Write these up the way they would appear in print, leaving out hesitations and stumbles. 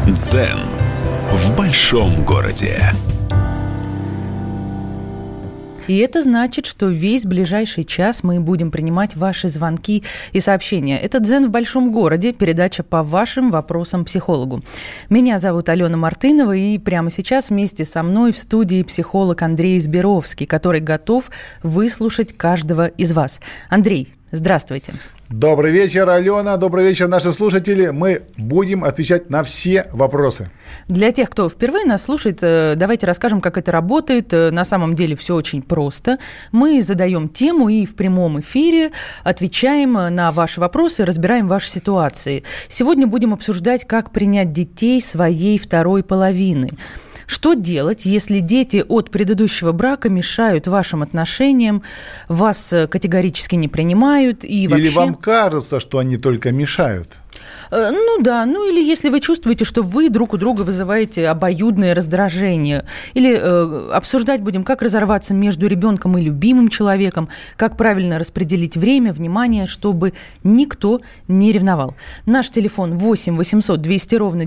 Дзен в большом городе. И это значит, что весь ближайший час мы будем принимать ваши звонки и сообщения. Это «Дзен в большом городе», передача по вашим вопросам психологу. Меня зовут Алена Мартынова, и прямо сейчас вместе со мной в студии психолог Андрей Зберовский, который готов выслушать каждого из вас. Андрей, здравствуйте. Добрый вечер, Алена. Добрый вечер, наши слушатели. Мы будем отвечать на все вопросы. Для тех, кто впервые нас слушает, давайте расскажем, как это работает. На самом деле все очень просто. Мы задаем тему и в прямом эфире отвечаем на ваши вопросы, разбираем ваши ситуации. Сегодня будем обсуждать, как принять детей своей второй половины. Что делать, если дети от предыдущего брака мешают вашим отношениям, вас категорически не принимают и вообще... Или вам кажется, что они только мешают? Или если вы чувствуете, что вы друг у друга вызываете обоюдное раздражение. Или обсуждать будем, как разорваться между ребенком и любимым человеком, как правильно распределить время, внимание, чтобы никто не ревновал. Наш телефон 8 800 200 ровно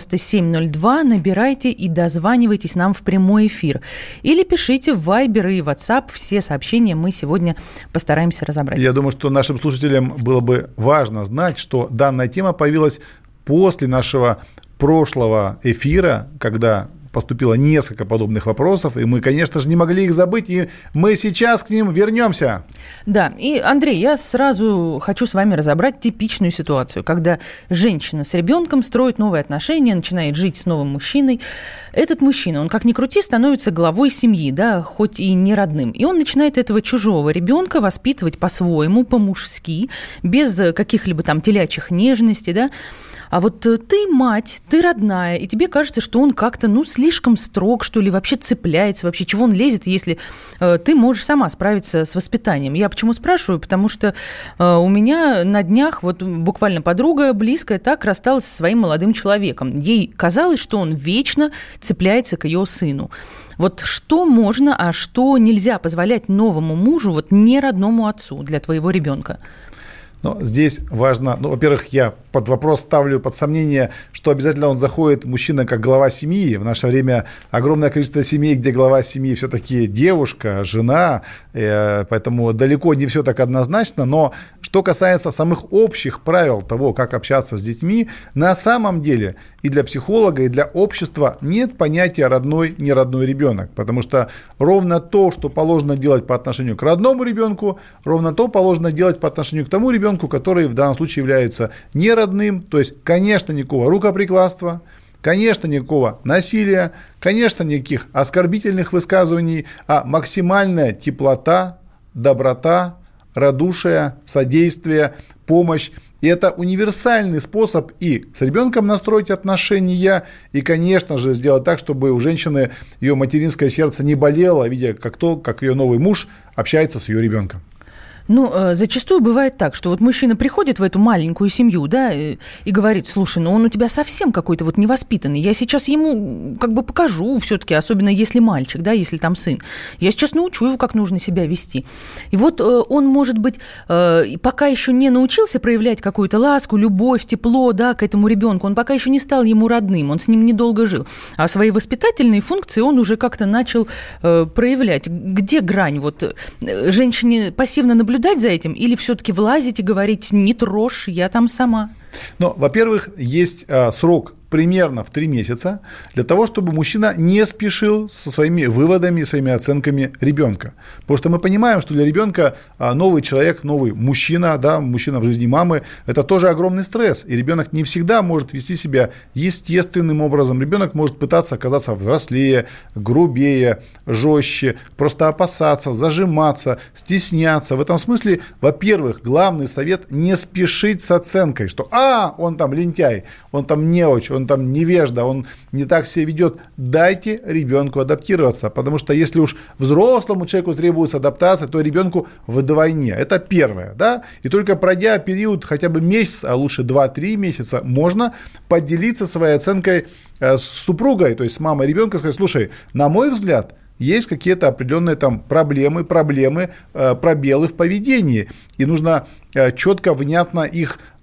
9702. Набирайте и дозванивайтесь нам в прямой эфир. Или пишите в Viber и WhatsApp. Все сообщения мы сегодня постараемся разобрать. Я думаю, что нашим слушателям было бы важно знать, что данная тема появилась после нашего прошлого эфира, когда поступило несколько подобных вопросов, и мы, конечно же, не могли их забыть, и мы сейчас к ним вернемся. Да, и, Андрей, я сразу хочу с вами разобрать типичную ситуацию, когда женщина с ребенком строит новые отношения, начинает жить с новым мужчиной. Этот мужчина, он, как ни крути, становится главой семьи, да, хоть и не родным, и он начинает этого чужого ребенка воспитывать по-своему, по-мужски, без каких-либо там телячьих нежностей, да. А вот ты мать, ты родная, и тебе кажется, что он как-то, слишком строг, что ли, вообще цепляется, вообще чего он лезет, если ты можешь сама справиться с воспитанием. Я почему спрашиваю? Потому что у меня на днях вот буквально подруга близкая так рассталась со своим молодым человеком. Ей казалось, что он вечно цепляется к ее сыну. Вот что можно, а что нельзя позволять новому мужу, вот не родному отцу для твоего ребенка? Но здесь важно, во-первых, я под вопрос ставлю под сомнение, что обязательно он заходит, мужчина, как глава семьи. В наше время огромное количество семей, где глава семьи все-таки девушка, жена, поэтому далеко не все так однозначно. Но что касается самых общих правил того, как общаться с детьми, на самом деле и для психолога, и для общества нет понятия родной, неродной ребенок. Потому что ровно то, что положено делать по отношению к родному ребенку, ровно то положено делать по отношению к тому ребенку, который в данном случае является неродным, то есть, конечно, никакого рукоприкладства, конечно, никакого насилия, конечно, никаких оскорбительных высказываний, а максимальная теплота, доброта, радушие, содействие, помощь. И это универсальный способ и с ребенком настроить отношения, и, конечно же, сделать так, чтобы у женщины ее материнское сердце не болело, видя, как ее новый муж общается с ее ребенком. Зачастую бывает так, что вот мужчина приходит в эту маленькую семью, да, и говорит: слушай, он у тебя совсем какой-то вот невоспитанный, я сейчас ему как бы покажу все-таки, особенно если мальчик, да, если там сын, я сейчас научу его, как нужно себя вести. И вот он, может быть, пока еще не научился проявлять какую-то ласку, любовь, тепло, да, к этому ребенку, он пока еще не стал ему родным, он с ним недолго жил, а свои воспитательные функции он уже как-то начал проявлять. Где грань? Вот женщине пассивно наблюдать за этим или все-таки влазить и говорить: не трожь, я там сама? Во-первых, есть срок примерно в 3 месяца для того, чтобы мужчина не спешил со своими выводами, своими оценками ребенка. Потому что мы понимаем, что для ребенка новый человек, новый мужчина, да, мужчина в жизни мамы, это тоже огромный стресс. И ребенок не всегда может вести себя естественным образом. Ребенок может пытаться оказаться взрослее, грубее, жестче, просто опасаться, зажиматься, стесняться. В этом смысле, во-первых, главный совет – не спешить с оценкой, что он там лентяй, он там неуч, он там невежда, он не так себя ведет. Дайте ребенку адаптироваться, потому что если уж взрослому человеку требуется адаптация, то ребенку вдвойне. Это первое, да? И только пройдя период хотя бы месяц, а лучше 2-3 месяца, можно поделиться своей оценкой с супругой, то есть с мамой ребенка, сказать: слушай, на мой взгляд, есть какие-то определенные там проблемы, пробелы в поведении, и нужно четко, внятно их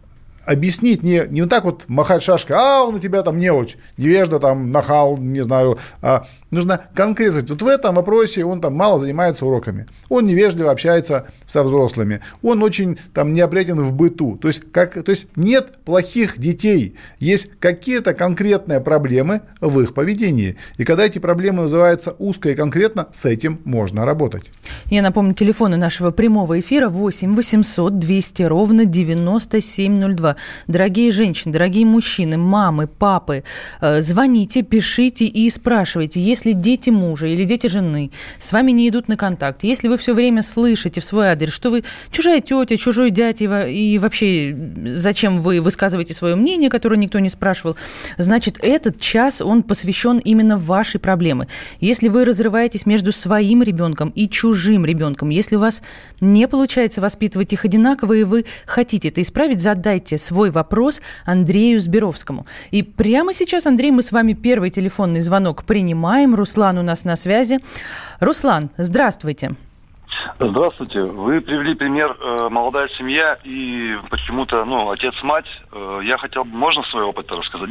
объяснить, не вот так вот махать шашкой, он у тебя там неуч, невежда, там, нахал, не знаю. Нужно конкретно сказать, вот в этом вопросе он там мало занимается уроками, он невежливо общается со взрослыми, он очень там неопрятен в быту. То есть нет плохих детей, есть какие-то конкретные проблемы в их поведении. И когда эти проблемы называются узко и конкретно, с этим можно работать. Я напомню, телефоны нашего прямого эфира 8 800 200 ровно 9702. Дорогие женщины, дорогие мужчины, мамы, папы, звоните, пишите и спрашивайте, если дети мужа или дети жены с вами не идут на контакт, если вы все время слышите в свой адрес, что вы чужая тетя, чужой дядя, и вообще зачем вы высказываете свое мнение, которое никто не спрашивал, значит, этот час, он посвящен именно вашей проблеме. Если вы разрываетесь между своим ребенком и чужим ребенком, если у вас не получается воспитывать их одинаково, и вы хотите это исправить, задайте свой вопрос Андрею Зберовскому. И прямо сейчас, Андрей, мы с вами первый телефонный звонок принимаем. Руслан у нас на связи. Руслан, здравствуйте. Здравствуйте. Вы привели пример молодая семья и почему-то, отец-мать. Я хотел, можно свой опыт рассказать?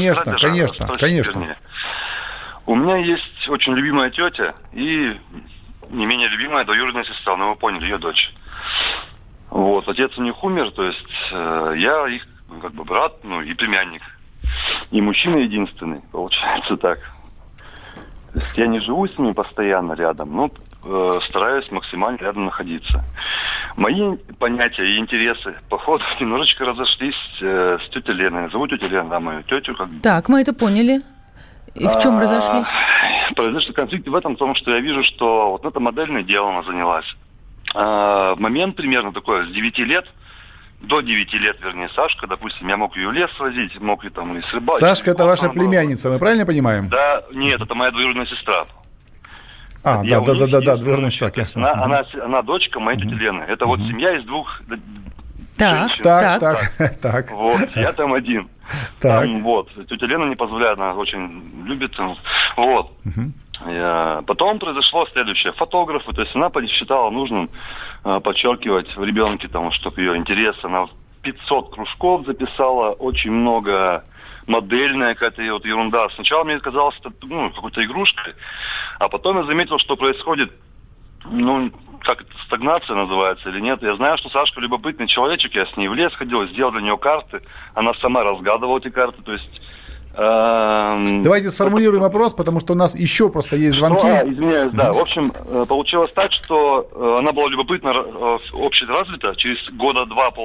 Конечно. У меня есть очень любимая тетя и не менее любимая двоюродная сестра, вы поняли, ее дочь. Вот, отец у них умер, то есть я их брат, и племянник. И мужчина единственный, получается так. То есть я не живу с ними постоянно рядом, но стараюсь максимально рядом находиться. Мои понятия и интересы, походу, немножечко разошлись с тетей Леной. Зовут тетя Лена, мою тетю. Так, мы это поняли. И в чем разошлись? Произошли конфликты в этом, потому что я вижу, что вот это модельное дело она занялась. В момент примерно такой, с 9 лет, до 9 лет, вернее, Сашка, допустим, я мог ее в лес возить, мог и там и с рыбачить. Сашка, это ваша племянница, мы правильно понимаем? Да, нет, это моя двоюродная сестра. Да, двоюродная сестра, ясно. Она дочка моей тети Лены. Это вот семья из двух женщин. Так. Вот, я там один. Там, вот, тетя Лена не позволяет, она очень любит. Вот. Потом произошло следующее. Фотографы, то есть она посчитала нужным подчеркивать в ребенке, чтобы ее интерес, она 500 кружков записала, очень много модельная какая-то вот ерунда. Сначала мне казалось это какой-то игрушкой, а потом я заметил, что происходит, как это, стагнация называется или нет. Я знаю, что Сашка любопытный человечек, я с ней в лес ходил, сделал для нее карты, она сама разгадывала эти карты, то есть... Давайте сформулируем вопрос, потому что у нас еще просто есть звонки. Извиняюсь, да. В общем, получилось так, что она была любопытно общеразвита. Через года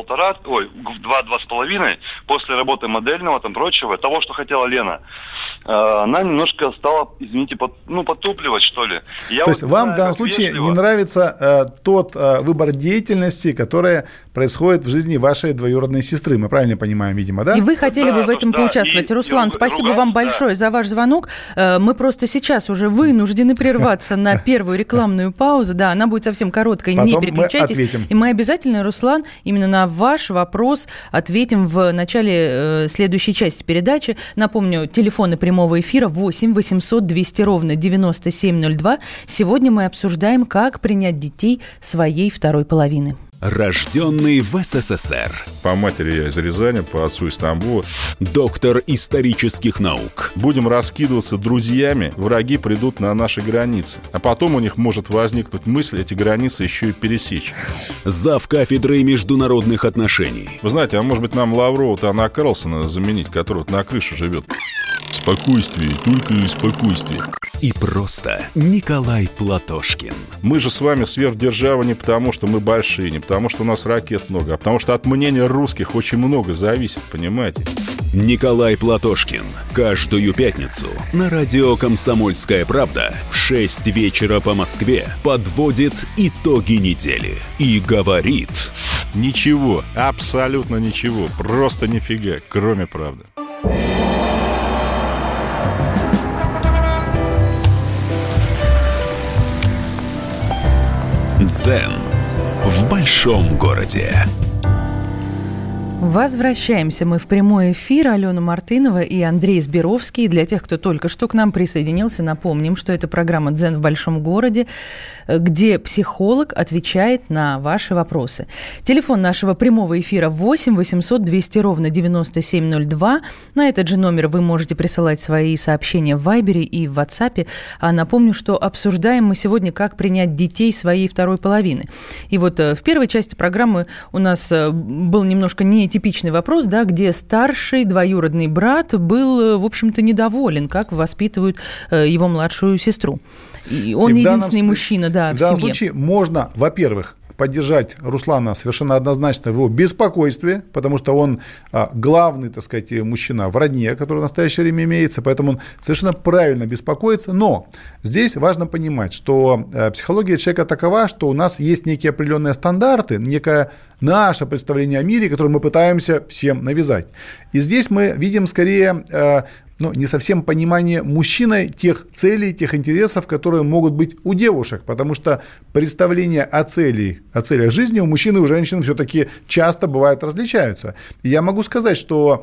2-2,5, после работы модельного, прочего, того, что хотела Лена, она немножко стала, извините, подтупливать, что ли. То есть вам в данном случае не нравится тот выбор деятельности, который происходит в жизни вашей двоюродной сестры. Мы правильно понимаем, видимо, да? И вы хотели бы в этом поучаствовать. Руслан, спасибо вам большое за ваш звонок. Мы просто сейчас уже вынуждены прерваться на первую рекламную паузу. Да, она будет совсем короткой, не переключайтесь. И мы обязательно, Руслан, именно на ваш вопрос ответим в начале следующей части передачи. Напомню, телефоны прямого эфира 8 800 200 ровно 9702. Сегодня мы обсуждаем, как принять детей своей второй половины. Рожденный в СССР. По матери я из Рязани, по отцу из Тамбова. Доктор исторических наук. Будем раскидываться друзьями, враги придут на наши границы. А потом у них может возникнуть мысль эти границы еще и пересечь. Зав. Кафедрой международных отношений. Вы знаете, а может быть нам Лаврова-то Анна Карлсона заменить, который вот на крыше живет? Спокойствие, только спокойствие. И просто Николай Платошкин. Мы же с вами сверхдержава не потому, что мы большие, не потому, что у нас ракет много, а потому что от мнения русских очень много зависит, понимаете? Николай Платошкин. Каждую пятницу на радио «Комсомольская правда» в 6 вечера по Москве подводит итоги недели и говорит... Ничего, абсолютно ничего, просто нифига, кроме правды. Дзен в большом городе. Возвращаемся мы в прямой эфир. Алена Мартынова и Андрей Сберовский. Для тех, кто только что к нам присоединился, напомним, что это программа «Дзен в большом городе», где психолог отвечает на ваши вопросы. Телефон нашего прямого эфира 8 800 200 ровно 9702. На этот же номер вы можете присылать свои сообщения в Вайбере и в WhatsApp. А напомню, что обсуждаем мы сегодня, как принять детей своей второй половины. И вот в первой части программы у нас был немножко нетипичный вопрос, да, где старший двоюродный брат был, в общем-то, недоволен, как воспитывают его младшую сестру. И он единственный мужчина, да, в семье. В данном случае можно, во-первых, поддержать Руслана совершенно однозначно в его беспокойстве, потому что он главный, так сказать, мужчина в родне, который в настоящее время имеется, поэтому он совершенно правильно беспокоится. Но здесь важно понимать, что психология человека такова, что у нас есть некие определенные стандарты, некое наше представление о мире, которое мы пытаемся всем навязать. И здесь мы видим скорее не совсем понимание мужчиной тех целей, тех интересов, которые могут быть у девушек, потому что представления о целях жизни у мужчин и у женщин все-таки часто бывают различаются. И я могу сказать, что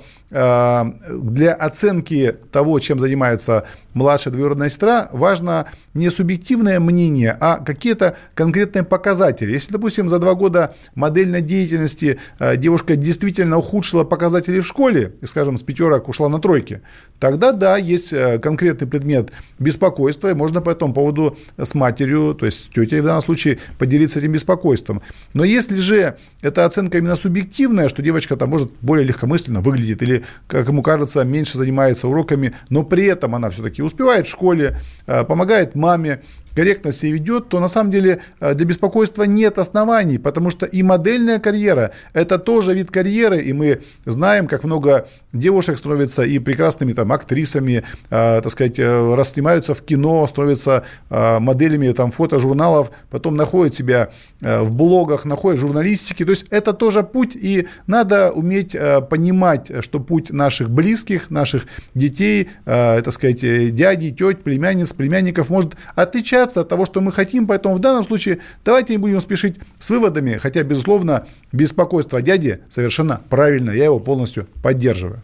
для оценки того, чем занимается младшая двоюродная сестра, важно не субъективное мнение, а какие-то конкретные показатели. Если, допустим, за 2 года модельной деятельности девушка действительно ухудшила показатели в школе, и, скажем, с 5 ушла на 3, тогда, да, есть конкретный предмет беспокойства, и можно по этому поводу с матерью, то есть с тетей в данном случае, поделиться этим беспокойством. Но если же эта оценка именно субъективная, что девочка там может более легкомысленно выглядит или, как ему кажется, меньше занимается уроками, но при этом она все-таки успевает в школе, помогает маме, корректно себя ведет, то на самом деле для беспокойства нет оснований, потому что и модельная карьера – это тоже вид карьеры, и мы знаем, как много девушек становятся и прекрасными там актрисами, так сказать, снимаются в кино, становятся моделями там фотожурналов, потом находят себя в блогах, находят в журналистике, то есть это тоже путь, и надо уметь понимать, что путь наших близких, наших детей, так сказать, дядей, теть, племянниц, племянников может отличаться от того, что мы хотим, поэтому в данном случае давайте не будем спешить с выводами, хотя, безусловно, беспокойство дяди совершенно правильно, я его полностью поддерживаю.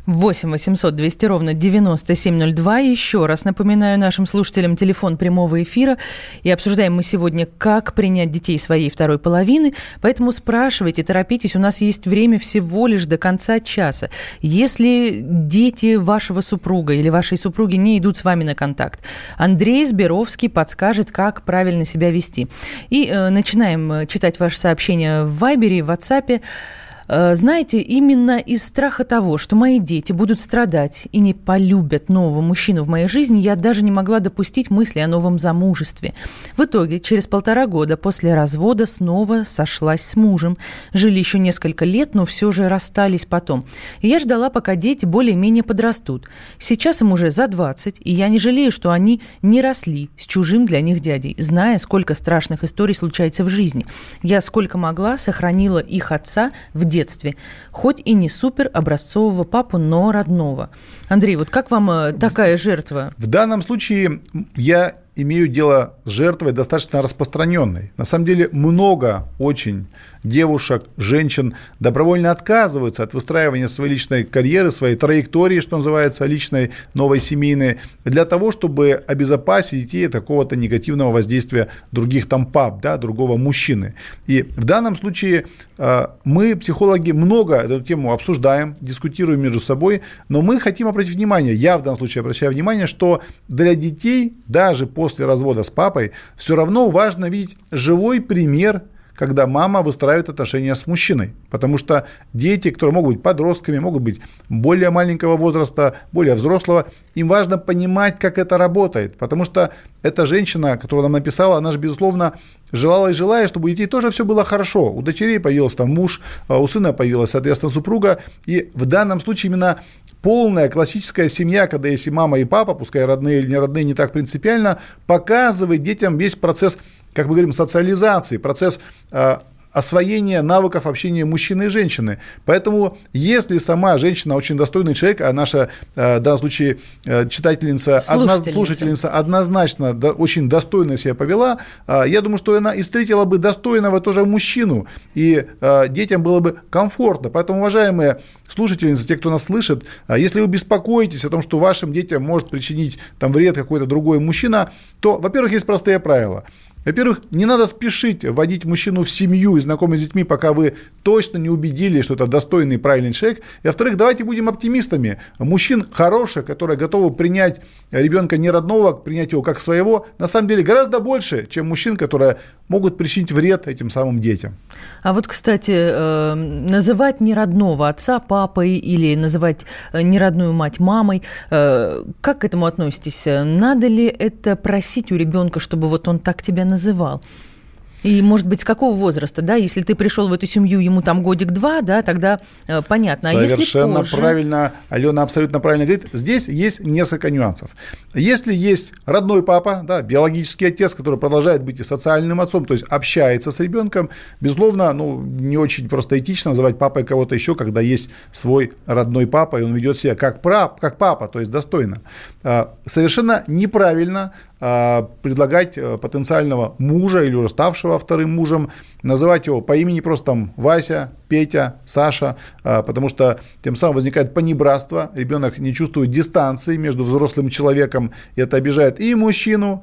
8 800 200 ровно 9702. Еще раз напоминаю нашим слушателям телефон прямого эфира. И обсуждаем мы сегодня, как принять детей своей второй половины. Поэтому спрашивайте, торопитесь. У нас есть время всего лишь до конца часа. Если дети вашего супруга или вашей супруги не идут с вами на контакт, Андрей Сберовский подскажет, как правильно себя вести. И начинаем читать ваши сообщения в Вайбере и в WhatsApp. Знаете, именно из страха того, что мои дети будут страдать и не полюбят нового мужчину в моей жизни, я даже не могла допустить мысли о новом замужестве. В итоге, через 1,5 года после развода снова сошлась с мужем. Жили еще несколько лет, но все же расстались потом. И я ждала, пока дети более-менее подрастут. Сейчас им уже за 20, и я не жалею, что они не росли с чужим для них дядей, зная, сколько страшных историй случается в жизни. Я сколько могла сохранила их отца в детстве, хоть и не супер образцового папу, но родного. Андрей, вот как вам такая жертва? В данном случае я имею дело с жертвой достаточно распространенной. На самом деле много очень девушек, женщин добровольно отказываются от выстраивания своей личной карьеры, своей траектории, что называется, личной, новой, семейной, для того, чтобы обезопасить детей от какого-то негативного воздействия других там пап, да, другого мужчины. И в данном случае мы, психологи, много эту тему обсуждаем, дискутируем между собой, но мы хотим обратить внимание, я в данном случае обращаю внимание, что для детей, даже после развода с папой, все равно важно видеть живой пример, когда мама выстраивает отношения с мужчиной. Потому что дети, которые могут быть подростками, могут быть более маленького возраста, более взрослого, им важно понимать, как это работает. Потому что эта женщина, которая нам написала, она же, безусловно, желала и желает, чтобы у детей тоже все было хорошо. У дочерей появился там муж, у сына появилась, соответственно, супруга. И в данном случае именно полная классическая семья, когда есть и мама, и папа, пускай родные или не родные, не так принципиально, показывает детям весь процесс, как мы говорим, социализации, процесс освоения навыков общения мужчины и женщины. Поэтому, если сама женщина очень достойный человек, а наша, в данном случае, слушательница однозначно очень достойно себя повела, я думаю, что она и встретила бы достойного тоже мужчину, и детям было бы комфортно. Поэтому, уважаемые слушательницы, те, кто нас слышит, если вы беспокоитесь о том, что вашим детям может причинить там вред какой-то другой мужчина, то, во-первых, есть простые правила. Во-первых, не надо спешить вводить мужчину в семью и знакомить с детьми, пока вы точно не убедились, что это достойный и правильный человек. И, во-вторых, давайте будем оптимистами. Мужчин хороших, которые готовы принять ребенка не родного, принять его как своего, на самом деле гораздо больше, чем мужчин, которые могут причинить вред этим самым детям. А вот, кстати, называть неродного отца папой или называть неродную мать мамой, как к этому относитесь? Надо ли это просить у ребенка, чтобы вот он так тебя называл? И, может быть, с какого возраста, да? Если ты пришел в эту семью, ему там годик-два, да, тогда понятно. Совершенно правильно, Алена абсолютно правильно говорит. Здесь есть несколько нюансов. Если есть родной папа, да, биологический отец, который продолжает быть и социальным отцом, то есть общается с ребенком, безусловно, не очень просто этично называть папой кого-то еще, когда есть свой родной папа, и он ведет себя как папа, то есть достойно. Совершенно неправильно предлагать потенциального мужа или уже ставшего вторым мужем, называть его по имени просто там Вася, Петя, Саша, потому что тем самым возникает понебратство, ребенок не чувствует дистанции между взрослым человеком, и это обижает и мужчину,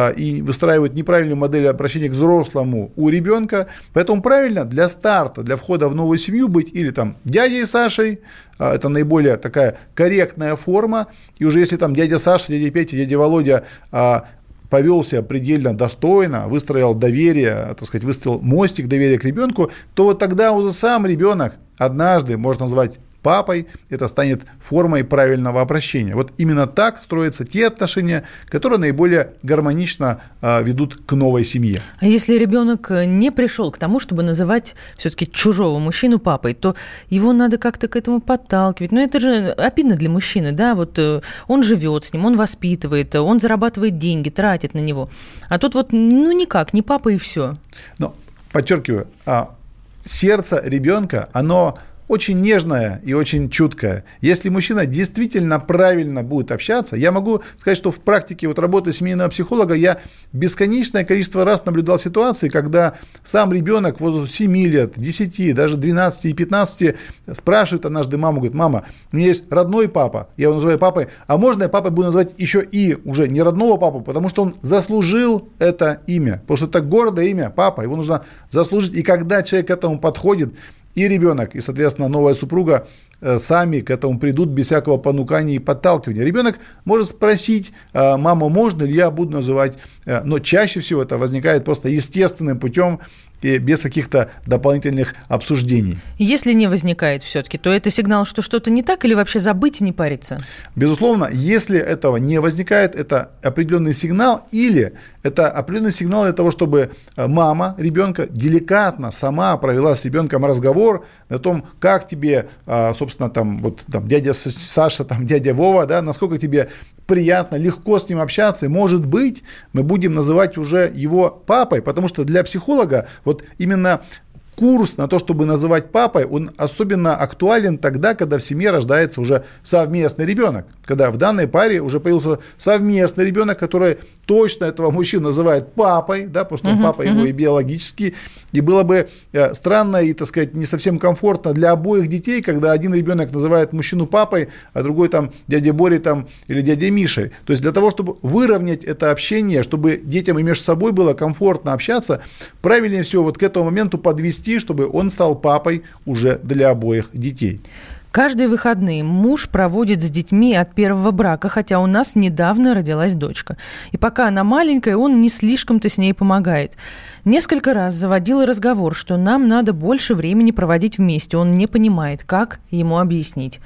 и выстраивает неправильную модель обращения к взрослому у ребенка. Поэтому правильно для старта, для входа в новую семью быть или там дядей Сашей, это наиболее такая корректная форма, и уже если там дядя Саша, дядя Петя, дядя Володя повел себя предельно достойно, выстроил доверие, так сказать, выстроил мостик доверия к ребенку, то вот тогда уже сам ребенок однажды можно назвать папой, это станет формой правильного обращения. Вот именно так строятся те отношения, которые наиболее гармонично ведут к новой семье. А если ребенок не пришел к тому, чтобы называть все-таки чужого мужчину папой, то его надо как-то к этому подталкивать. Но это же обидно для мужчины, да, вот он живет с ним, он воспитывает, он зарабатывает деньги, тратит на него. А тут вот, никак, не папа и все. Но, подчеркиваю, сердце ребенка, оно очень нежная и очень чуткая. Если мужчина действительно правильно будет общаться, я могу сказать, что в практике вот работы семейного психолога я бесконечное количество раз наблюдал ситуации, когда сам ребенок возраст 7 лет, 10, даже 12 и 15 спрашивает однажды маму, говорит: мама, у меня есть родной папа, я его называю папой, а можно я папой буду называть еще и уже не родного папу, потому что он заслужил это имя, потому что это гордое имя папа, его нужно заслужить, и когда человек к этому подходит, и ребенок, и, соответственно, новая супруга сами к этому придут без всякого понукания и подталкивания. Ребенок может спросить: мама, можно ли я буду называть, но чаще всего это возникает просто естественным путем и без каких-то дополнительных обсуждений. Если не возникает все-таки, то это сигнал, что что-то не так, или вообще забыть и не париться? Безусловно, если этого не возникает, это определенный сигнал, или это определенный сигнал для того, чтобы мама ребенка деликатно сама провела с ребенком разговор о том, как тебе, собственно, там дядя Саша, там дядя Вова, да, насколько тебе приятно, легко с ним общаться, и, может быть, мы будем называть уже его папой, потому что для психолога вот именно курс на то, чтобы называть папой, он особенно актуален тогда, когда в семье рождается уже совместный ребенок, когда в данной паре уже появился совместный ребенок, который точно этого мужчину называет папой, да, потому что он папа его и биологический, и было бы странно и, так сказать, не совсем комфортно для обоих детей, когда один ребенок называет мужчину папой, а другой там дядя Борей там, или дядя Мишей. То есть для того, чтобы выровнять это общение, чтобы детям и между собой было комфортно общаться, правильнее всего вот к этому моменту подвести, чтобы он стал папой уже для обоих детей. Каждые выходные муж проводит с детьми от первого брака, хотя у нас недавно родилась дочка. И пока она маленькая, он не слишком-то с ней помогает. Несколько раз заводил разговор, что нам надо больше времени проводить вместе. Он не понимает, как ему объяснить.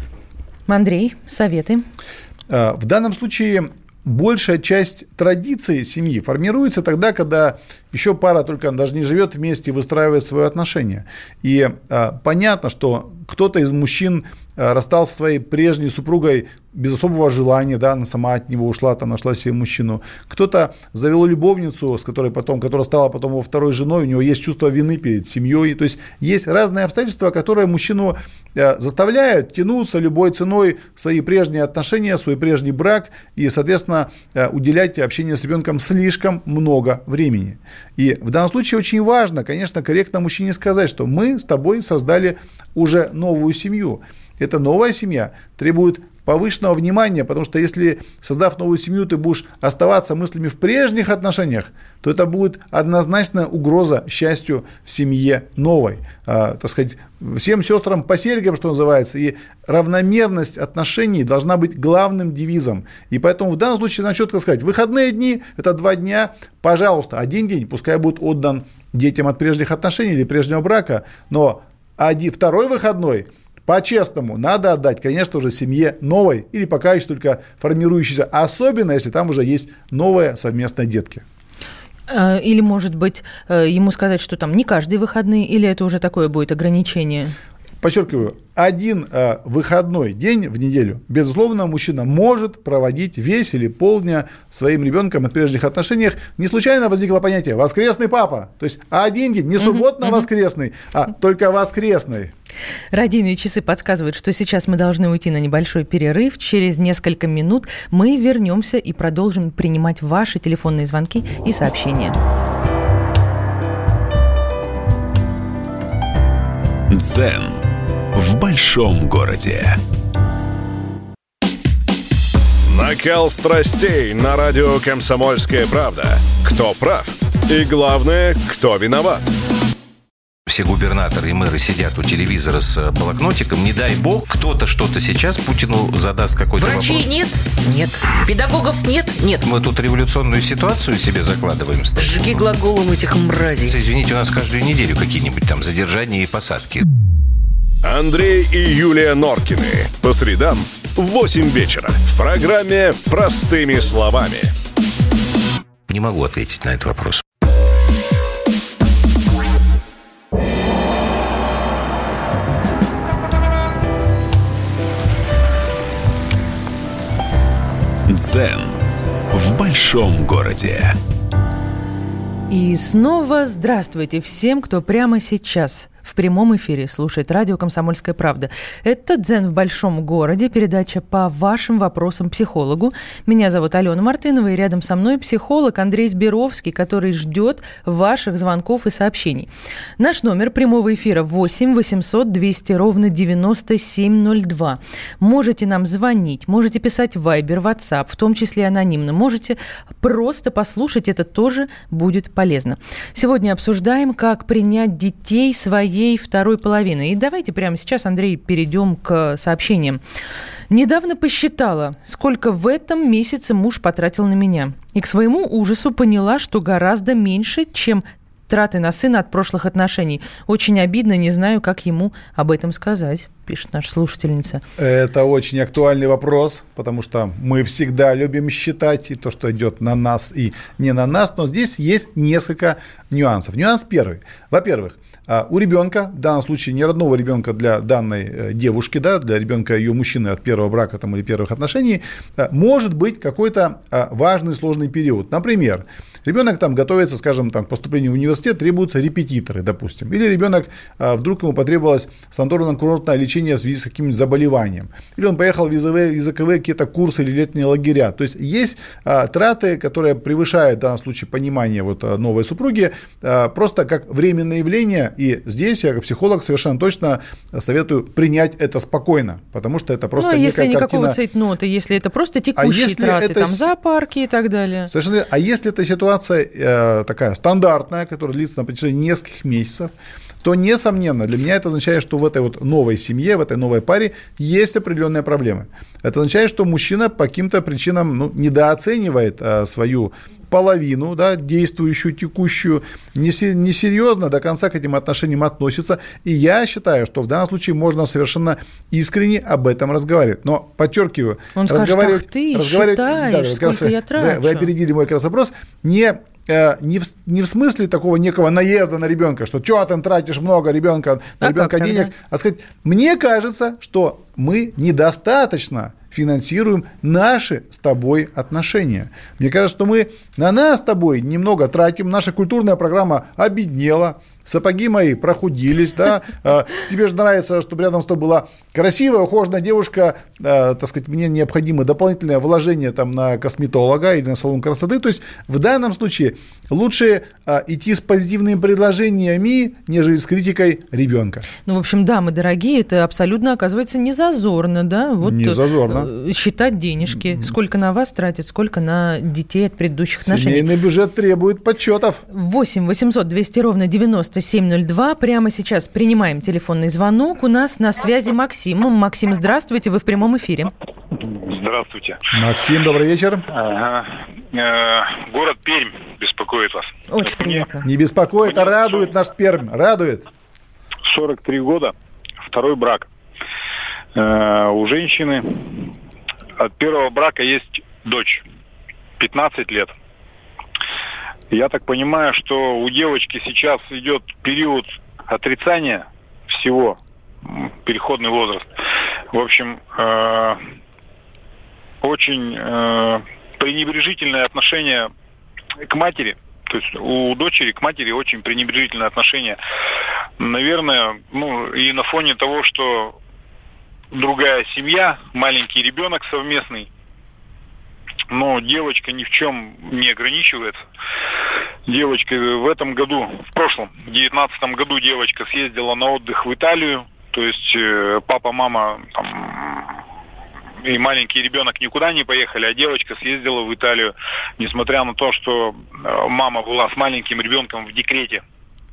Андрей, советы? В данном случае большая часть традиций семьи формируется тогда, когда еще пара только даже не живет вместе, выстраивает свои отношения. И понятно, что кто-то из мужчин расстался со своей прежней супругой без особого желания, да, она сама от него ушла, там нашла себе мужчину. Кто-то завел любовницу, которая стала потом его второй женой, у него есть чувство вины перед семьей. То есть есть разные обстоятельства, которые мужчину заставляют тянуться любой ценой в свои прежние отношения, свой прежний брак и, соответственно, уделять общению с ребенком слишком много времени. И в данном случае очень важно, конечно, корректно мужчине сказать, что мы с тобой создали уже новую семью. Эта новая семья требует повышенного внимания, потому что если, создав новую семью, ты будешь оставаться мыслями в прежних отношениях, то это будет однозначно угроза счастью в семье новой. Так сказать, всем сестрам по серьгам, что называется, и равномерность отношений должна быть главным девизом. И поэтому в данном случае надо четко сказать, выходные дни – это 2 дня, пожалуйста, 1 день пускай будет отдан детям от прежних отношений или прежнего брака, но второй выходной – по-честному надо отдать, конечно же, семье новой или пока еще только формирующейся, особенно если там уже есть новые совместные детки. Или, может быть, ему сказать, что там не каждые выходные, или это уже такое будет ограничение? Подчеркиваю, 1 выходной день в неделю, безусловно, мужчина может проводить весь или полдня своим ребенком от прежних отношениях. Не случайно возникло понятие «воскресный папа». То есть 1 день, не субботно-воскресный, а только воскресный. Радийные часы подсказывают, что сейчас мы должны уйти на небольшой перерыв. Через несколько минут мы вернемся и продолжим принимать ваши телефонные звонки и сообщения. Дзен в большом городе. Накал страстей на радио «Комсомольская правда». Кто прав? И главное, кто виноват? Все губернаторы и мэры сидят у телевизора с блокнотиком. Не дай бог, кто-то что-то сейчас Путину задаст какой-то вопрос. Врачей нет? Нет. Педагогов нет? Нет. Мы тут революционную ситуацию себе закладываем. Сжги глаголом этих мразей. Извините, у нас каждую неделю какие-нибудь там задержания и посадки. Андрей и Юлия Норкины. По средам в 8 вечера. В программе «Простыми словами». Не могу ответить на этот вопрос. Дзен в большом городе. И снова здравствуйте всем, кто прямо сейчас в прямом эфире слушает радио «Комсомольская правда». Это «Дзен в большом городе», передача по вашим вопросам психологу. Меня зовут Алена Мартынова, и рядом со мной психолог Андрей Сберовский, который ждет ваших звонков и сообщений. Наш номер прямого эфира 8 800 200 ровно 9702. Можете нам звонить, можете писать в Viber, WhatsApp, в том числе анонимно. Можете просто послушать, это тоже будет полезно. Сегодня обсуждаем, как принять детей своей второй половины. И давайте прямо сейчас, Андрей, перейдем к сообщениям. Недавно посчитала, сколько в этом месяце муж потратил на меня. И к своему ужасу поняла, что гораздо меньше, чем траты на сына от прошлых отношений. Очень обидно, не знаю, как ему об этом сказать, пишет наша слушательница. Это очень актуальный вопрос, потому что мы всегда любим считать и то, что идет на нас и не на нас, но здесь есть несколько нюансов. Нюанс первый. Во-первых, у ребенка, в данном случае не родного ребенка для данной девушки, да, для ребенка ее мужчины от первого брака там, или первых отношений, может быть какой-то важный сложный период. Например, ребенок там готовится, скажем, там, к поступлению в университет, требуются репетиторы, допустим. Или ребенок, вдруг ему потребовалось санаторно-курортное лечение в связи с каким-нибудь заболеванием. Или он поехал в языковые какие-то курсы или летние лагеря. То есть есть траты, которые превышают в данном случае понимание вот новой супруги, просто как временное явление. И здесь я, как психолог, совершенно точно советую принять это спокойно, потому что это просто некая если никакого картина... цейтнота, если это просто текущие траты, там зоопарки и так далее. Совершенно. А если это ситуация такая стандартная, которая длится на протяжении нескольких месяцев, то, несомненно, для меня это означает, что в этой вот новой семье, в этой новой паре есть определенные проблемы. Это означает, что мужчина по каким-то причинам недооценивает свою половину, да, действующую, текущую, несерьезно до конца к этим отношениям относится. И я считаю, что в данном случае можно совершенно искренне об этом разговаривать. Но, подчеркиваю, он разговаривать... Скажет, ах ты считаешь, сколько я трачу. Вы опередили мой как раз вопрос. Не не в смысле такого некого наезда на ребенка, что что ты тратишь много на ребенка денег, а сказать, мне кажется, что мы недостаточно финансируем наши с тобой отношения. Мне кажется, что мы на нас с тобой немного тратим, наша культурная программа обеднела, сапоги мои прохудились, да, тебе же нравится, чтобы рядом с тобой была красивая, ухоженная девушка, так сказать, мне необходимо дополнительное вложение там на косметолога или на салон красоты, то есть в данном случае лучше идти с позитивными предложениями, нежели с критикой ребенка. Ну, в общем, дамы дорогие, это абсолютно, оказывается, не зазорно, да? Вот не зазорно. Считать денежки, сколько на вас тратят, сколько на детей от предыдущих отношений. Семейный бюджет требует подсчетов. 8 800 200 ровно 9702. Прямо сейчас принимаем телефонный звонок. У нас на связи Максим. Максим, здравствуйте, вы в прямом эфире. Здравствуйте. Максим, добрый вечер. Город Пермь беспокоит вас. Очень приятно. Не беспокоит, а радует наш Пермь. Радует. 43 года, второй брак. У женщины от первого брака есть дочь, 15 лет. Я так понимаю, что у девочки сейчас идет период отрицания всего, переходный возраст. В общем, очень пренебрежительное отношение к матери. То есть у дочери к матери очень пренебрежительное отношение. Наверное, и на фоне того, что другая семья, маленький ребенок совместный, но девочка ни в чем не ограничивается. Девочка в этом году, в прошлом, в 2019 году девочка съездила на отдых в Италию. То есть папа, мама и маленький ребенок никуда не поехали, а девочка съездила в Италию, несмотря на то, что мама была с маленьким ребенком в декрете.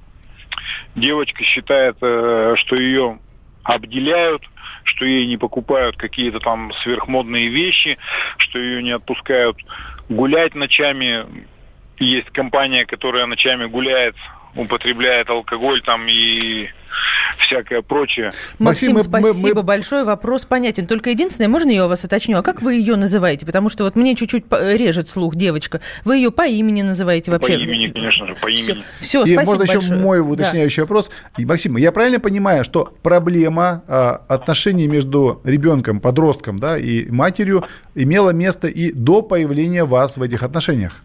Девочка считает, что ее обделяют, что ей не покупают какие-то там сверхмодные вещи, что ее не отпускают гулять ночами. Есть компания, которая ночами гуляет, употребляет алкоголь там и всякое прочее. Максим, спасибо большое. Вопрос понятен. Только единственное, можно я у вас уточню, а как вы ее называете? Потому что вот мне чуть-чуть режет слух девочка. Вы ее по имени называете вообще? По имени, конечно же, по имени. Все, и спасибо можно большое. еще мой уточняющий вопрос. И, Максим, я правильно понимаю, что проблема отношений между ребенком, подростком, да, и матерью имела место и до появления вас в этих отношениях?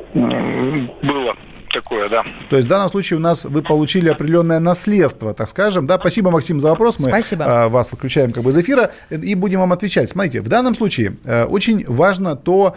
Было такое, да. То есть в данном случае у нас вы получили определенное наследство, так скажем. Да? Спасибо, Максим, за вопрос. Мы вас выключаем как бы из эфира и будем вам отвечать. Смотрите, в данном случае очень важно то,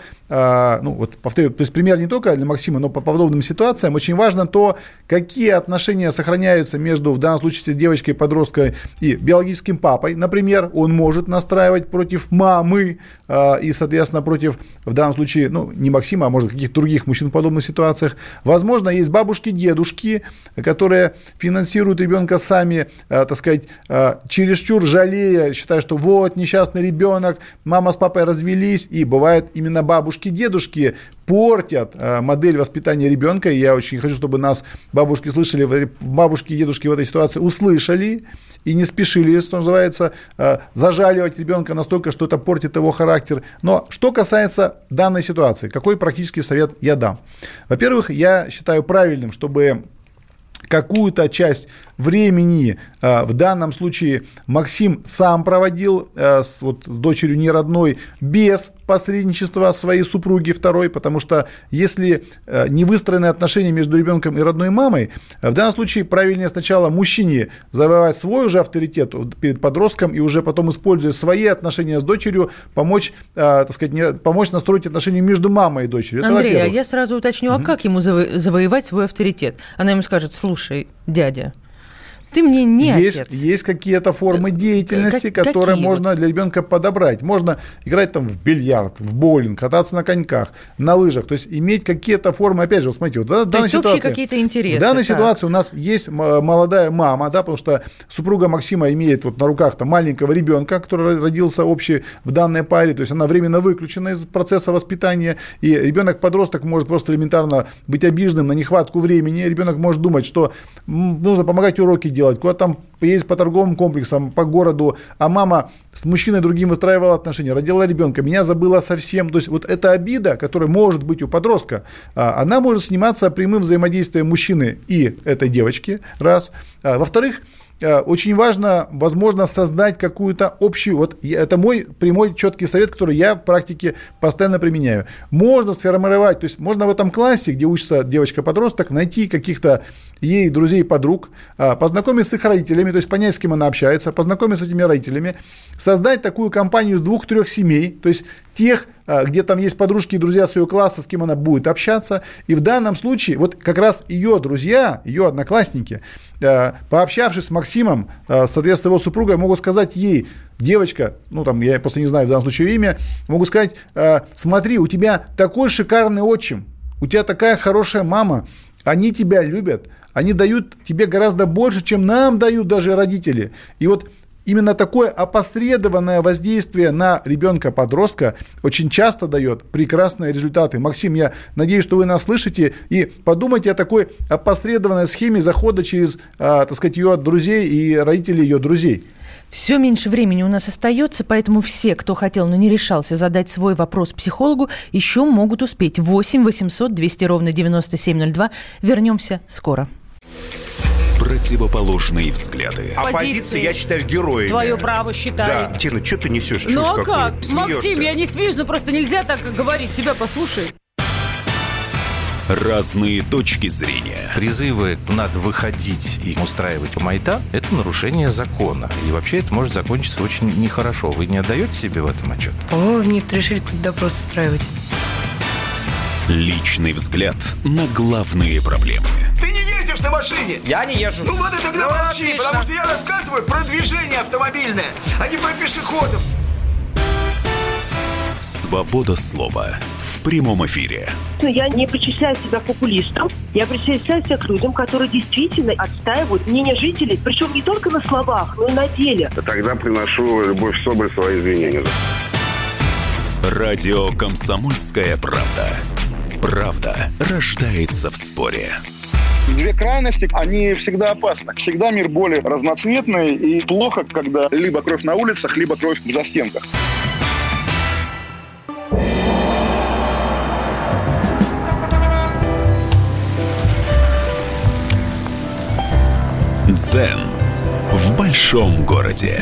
вот повторю, то есть пример не только для Максима, но по подобным ситуациям, очень важно то, какие отношения сохраняются между, в данном случае, девочкой, подростком и биологическим папой. Например, он может настраивать против мамы и, соответственно, против, в данном случае, не Максима, а может каких-то других мужчин в подобных ситуациях. Возможно, есть бабушки, дедушки, которые финансируют ребенка сами, так сказать, чересчур жалея, считая, что вот несчастный ребенок, мама с папой развелись, и бывает именно бабушки, дедушки портят модель воспитания ребенка. И я очень хочу, чтобы нас бабушки слышали, бабушки и дедушки в этой ситуации услышали и не спешили, что называется, зажаливать ребенка настолько, что это портит его характер. Но что касается данной ситуации, какой практический совет я дам? Во-первых, я считаю правильным, чтобы какую-то часть времени в данном случае Максим сам проводил с дочерью неродной без посредничества своей супруги второй, потому что если не выстроены отношения между ребенком и родной мамой, в данном случае правильнее сначала мужчине завоевать свой уже авторитет перед подростком и уже потом, используя свои отношения с дочерью, помочь, так сказать, помочь настроить отношения между мамой и дочерью. Андрей, а я сразу уточню, а как ему завоевать свой авторитет? Она ему скажет: слушай, дядя, ты мне не отец. Есть какие-то формы деятельности, которые можно для ребенка подобрать. Можно играть там в бильярд, в боулинг, кататься на коньках, на лыжах. То есть иметь какие-то формы, опять же, вот смотрите, в данной ситуации, какие-то интересы. В данной ситуации у нас есть молодая мама, да, потому что супруга Максима имеет на руках там маленького ребенка, который родился общий в данной паре, то есть она временно выключена из процесса воспитания, и ребенок-подросток может просто элементарно быть обиженным на нехватку времени. Ребенок может думать, что нужно помогать уроки делать, делать, куда там ездить по торговым комплексам, по городу, а мама с мужчиной другим выстраивала отношения, родила ребенка, меня забыла совсем. То есть вот эта обида, которая может быть у подростка, она может сниматься прямым взаимодействием мужчины и этой девочки, раз. Во-вторых, очень важно, возможно, создать какую-то общую, вот это мой прямой четкий совет, который я в практике постоянно применяю. Можно сформировать, то есть можно в этом классе, где учится девочка-подросток, найти каких-то ей друзей, подруг, познакомиться с их родителями, то есть понять, с кем она общается, познакомиться с этими родителями, создать такую компанию с 2-3 семей, то есть тех, где там есть подружки и друзья своего класса, с кем она будет общаться. И в данном случае вот как раз ее друзья, ее одноклассники, пообщавшись с Максимом, соответственно, его супругой, могут сказать ей: девочка, ну там я просто не знаю в данном случае имя, могут сказать: смотри, у тебя такой шикарный отчим, у тебя такая хорошая мама, они тебя любят, они дают тебе гораздо больше, чем нам дают даже родители. И вот именно такое опосредованное воздействие на ребенка-подростка очень часто дает прекрасные результаты. Максим, я надеюсь, что вы нас слышите, и подумайте о такой опосредованной схеме захода через, так сказать, ее друзей и родителей ее друзей. Все меньше времени у нас остается, поэтому все, кто хотел, но не решался задать свой вопрос психологу, еще могут успеть. 8 800 200 ровно 9702. Вернемся скоро. Противоположные взгляды. Оппозиция, я считаю, героями. Твое право считаю. Да. Тина, что ты несешь? Ну а как? Максим, я не смеюсь, но просто нельзя так говорить. Себя послушай. Разные точки зрения. Призывы «надо выходить и устраивать майдан» – это нарушение закона. И вообще это может закончиться очень нехорошо. Вы не отдаете себе в этом отчет? О, нет, решили какой-то допрос устраивать. Личный взгляд на главные проблемы. Ты не ездишь на машине? Я не езжу. Ну вот и тогда молчи, отлично. потому что я рассказываю про движение автомобильное, а не про пешеходов. Свобода слова в прямом эфире. Я не причисляю себя популистом, я причисляю себя к людям, которые действительно отстаивают мнение жителей, причем не только на словах, но и на деле. Тогда приношу Любовь Соболь свои извинения. Радио «Комсомольская правда». Правда рождается в споре. Две крайности, они всегда опасны. Всегда мир более разноцветный, и плохо, когда либо кровь на улицах, либо кровь в застенках. Дзен в большом городе.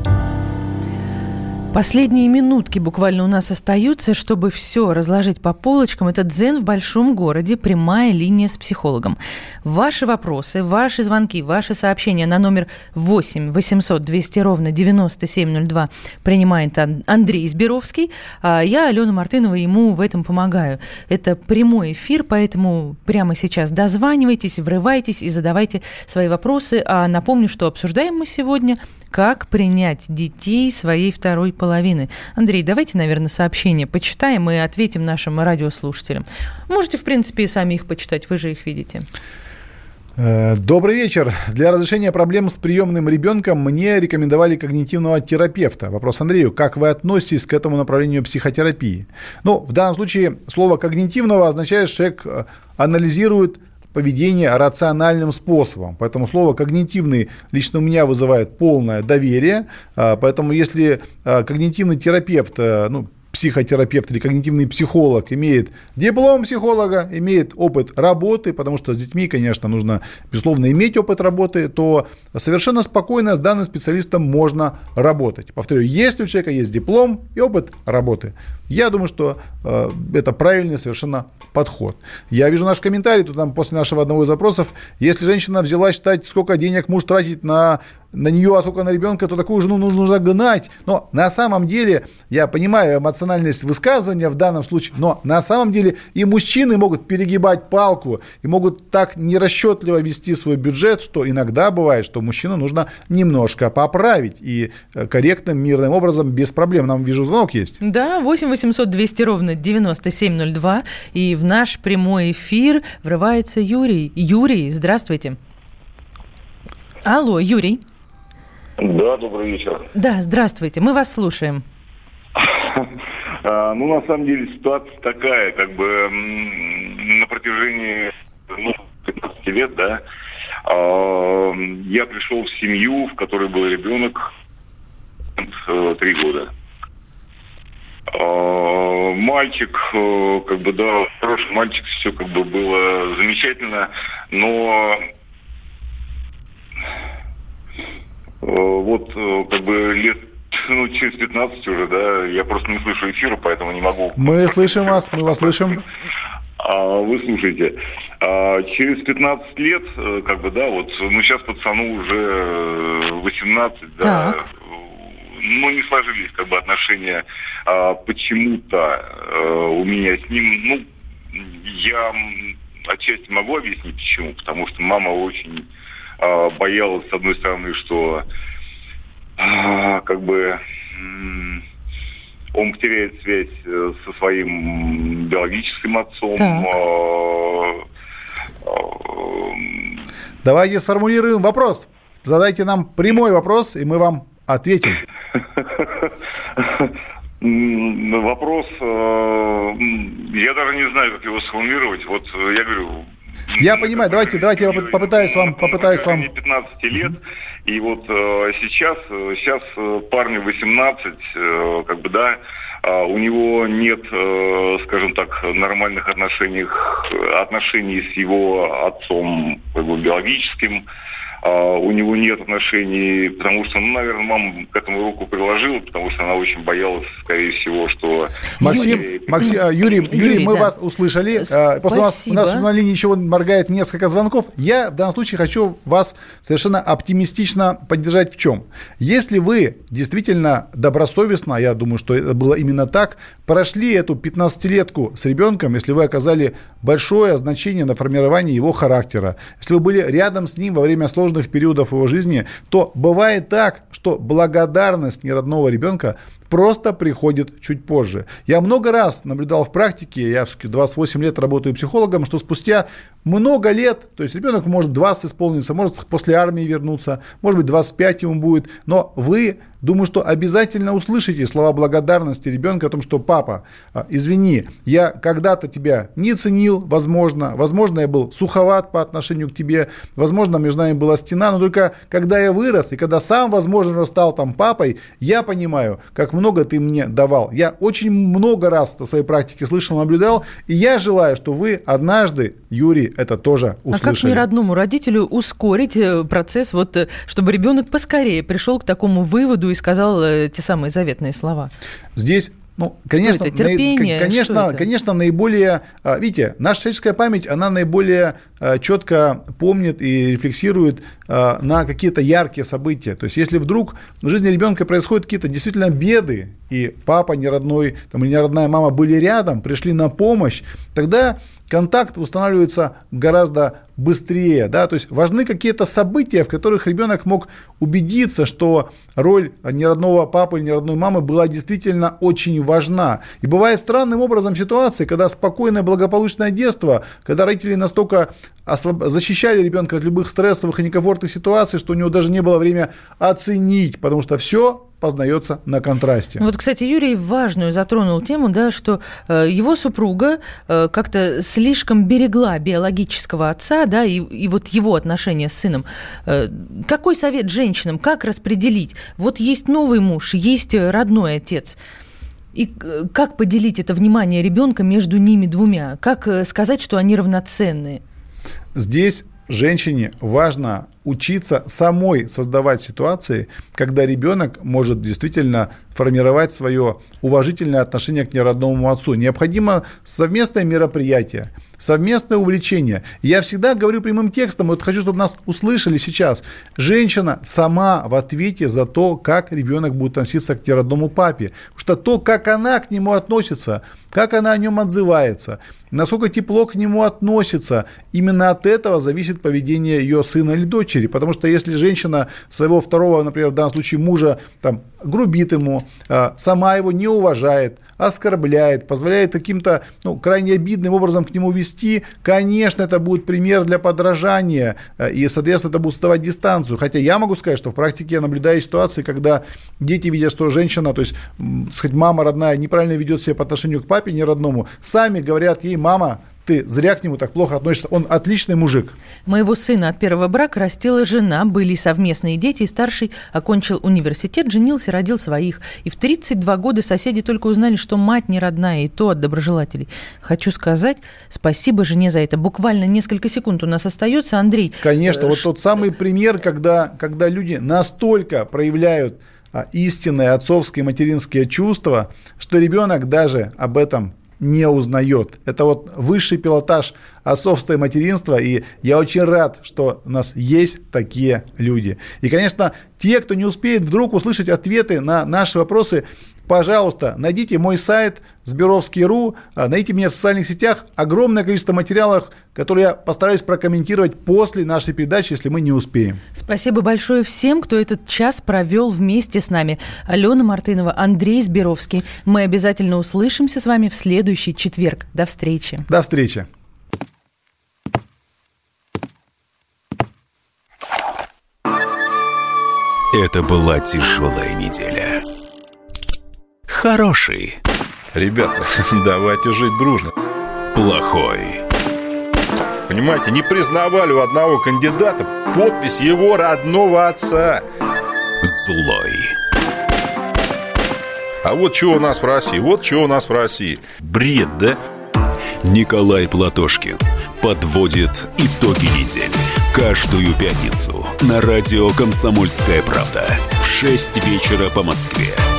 Последние минутки буквально у нас остаются, чтобы все разложить по полочкам. Это «Дзен в большом городе», прямая линия с психологом. Ваши вопросы, ваши звонки, ваши сообщения на номер 8 800 200 ровно 9702 принимает Андрей Избировский. А я, Алена Мартынова, ему в этом помогаю. Это прямой эфир, поэтому прямо сейчас дозванивайтесь, врывайтесь и задавайте свои вопросы. А напомню, что обсуждаем мы сегодня как принять детей своей второй половины. Андрей, давайте, наверное, сообщения почитаем и ответим нашим радиослушателям. Можете, в принципе, и сами их почитать, вы же их видите. Добрый вечер. Для разрешения проблем с приемным ребенком мне рекомендовали когнитивного терапевта. Вопрос Андрею. Как вы относитесь к этому направлению психотерапии? Ну, в данном случае слово «когнитивного» означает, что человек анализирует поведение рациональным способом. Поэтому слово «когнитивный» лично у меня вызывает полное доверие. Поэтому если когнитивный терапевт, психотерапевт или когнитивный психолог имеет диплом психолога, имеет опыт работы, потому что с детьми, конечно, нужно, безусловно, иметь опыт работы, то совершенно спокойно с данным специалистом можно работать. Повторю, если у человека есть диплом и опыт работы, я думаю, что это правильный совершенно подход. Я вижу наш комментарий, тут там после нашего одного из запросов, если женщина взяла считать, сколько денег муж тратит на нее, а сколько на ребенка, то такую жену нужно гнать. Но на самом деле, я понимаю эмоциональность высказывания в данном случае, но на самом деле и мужчины могут перегибать палку и могут так нерасчетливо вести свой бюджет, что иногда бывает, что мужчину нужно немножко поправить и корректным, мирным образом, без проблем. Нам, вижу, звонок есть. Да, 8 800 200 ровно 9702. И в наш прямой эфир врывается Юрий. Юрий, здравствуйте. Алло, Юрий. Да, добрый вечер. Да, здравствуйте, мы вас слушаем. На самом деле ситуация такая, на протяжении 15 лет, да, Я пришел в семью, в которой был ребенок 3 года. Мальчик, хороший мальчик, все было замечательно, но лет через 15 уже, да, я просто не слышу эфира, поэтому не могу. Мы слышим вас, мы вас слышим. Вы слушаете. Через 15 лет, сейчас пацану уже 18, да. Так. Не сложились отношения почему-то у меня с ним. Я отчасти могу объяснить почему, потому что мама очень боялась, с одной стороны, что он потеряет связь со своим биологическим отцом. Давайте сформулируем вопрос. Задайте нам прямой вопрос, и мы вам ответим. Вопрос, я даже не знаю, как его сформулировать. Вот я говорю... Я понимаю, давайте я попытаюсь вам... 15 лет, и вот сейчас парню 18, у него нет, скажем так, нормальных отношений с его отцом, биологическим. У него нет отношений, потому что, наверное, мама к этому руку приложила, потому что она очень боялась, скорее всего, что... Юрий, мы вас услышали. После у нас на линии еще моргает несколько звонков. Я в данном случае хочу вас совершенно оптимистично поддержать в чем? Если вы действительно добросовестно, я думаю, что это было именно так, прошли эту 15-летку с ребенком, если вы оказали большое значение на формирование его характера, если вы были рядом с ним во время сложных периодов его жизни, то бывает так, что благодарность неродного ребенка просто приходит чуть позже. Я много раз наблюдал в практике, я 28 лет работаю психологом, что спустя много лет, то есть ребенок может 20 исполниться, может после армии вернуться, может быть 25 ему будет, но вы, думаю, что обязательно услышите слова благодарности ребенка о том, что папа, извини, я когда-то тебя не ценил, возможно, я был суховат по отношению к тебе, возможно, между нами была стена, но только когда я вырос и когда сам, возможно, стал там папой, я понимаю, как много ты мне давал. Я очень много раз на своей практике слышал, наблюдал, и я желаю, что вы однажды, Юрий, это тоже услышали. А как неродному родителю ускорить процесс, чтобы ребенок поскорее пришел к такому выводу и сказал те самые заветные слова? Здесь... конечно, терпение, конечно, наиболее, видите, наша человеческая память, она наиболее четко помнит и рефлексирует на какие-то яркие события. То есть, если вдруг в жизни ребенка происходят какие-то действительно беды, и папа неродной, или неродная мама были рядом, пришли на помощь, тогда контакт устанавливается гораздо быстрее, да, то есть важны какие-то события, в которых ребенок мог убедиться, что роль неродного папы или неродной мамы была действительно очень важна. И бывает странным образом ситуации, когда спокойное, благополучное детство, когда родители настолько защищали ребенка от любых стрессовых и некомфортных ситуаций, что у него даже не было времени оценить, потому что все познается на контрасте. Вот, кстати, Юрий важную затронул тему, да, что его супруга как-то слишком берегла биологического отца, да, и вот его отношения с сыном. Какой совет женщинам, как распределить? Вот есть новый муж, есть родной отец. И как поделить это внимание ребенка между ними двумя? Как сказать, что они равноценные? Здесь женщине важно учиться самой создавать ситуации, когда ребенок может действительно формировать свое уважительное отношение к неродному отцу. Необходимо совместное мероприятие, совместное увлечение. Я всегда говорю прямым текстом, вот хочу, чтобы нас услышали сейчас. Женщина сама в ответе за то, как ребенок будет относиться к неродному папе. Потому что то, как она к нему относится, как она о нем отзывается, насколько тепло к нему относится, именно от этого зависит поведение ее сына или дочери. Потому что если женщина своего второго, например, в данном случае мужа, грубит ему, сама его не уважает, оскорбляет, позволяет каким-то крайне обидным образом к нему вести, конечно, это будет пример для подражания, и, соответственно, это будет создавать дистанцию. Хотя я могу сказать, что в практике я наблюдаю ситуации, когда дети видят, что женщина, то есть, мама родная неправильно ведет себя по отношению к папе неродному, сами говорят ей: мама, ты зря к нему так плохо относишься. Он отличный мужик. Моего сына от первого брака растила жена, были совместные дети, и старший окончил университет, женился, родил своих. И в 32 года соседи только узнали, что мать не родная, и то от доброжелателей. Хочу сказать спасибо жене за это. Буквально несколько секунд у нас остается, Андрей. Конечно, вот тот самый пример, когда люди настолько проявляют истинные отцовские материнские чувства, что ребенок даже об этом не узнает. Это вот высший пилотаж отцовства и материнства, и я очень рад, что у нас есть такие люди. И, конечно, те, кто не успеет вдруг услышать ответы на наши вопросы, пожалуйста, найдите мой сайт Сберовский.ру, найдите меня в социальных сетях. Огромное количество материалов, которые я постараюсь прокомментировать после нашей передачи, если мы не успеем. Спасибо большое всем, кто этот час провел вместе с нами. Алена Мартынова, Андрей Сберовский. Мы обязательно услышимся с вами в следующий четверг. До встречи. До встречи. Это была тяжелая неделя. Хороший. Ребята, давайте жить дружно. Плохой. Понимаете, не признавали у одного кандидата подпись его родного отца. Злой. А вот что у нас в России, Бред, да? Николай Платошкин подводит итоги недели. Каждую пятницу на радио «Комсомольская правда» в 6 вечера по Москве.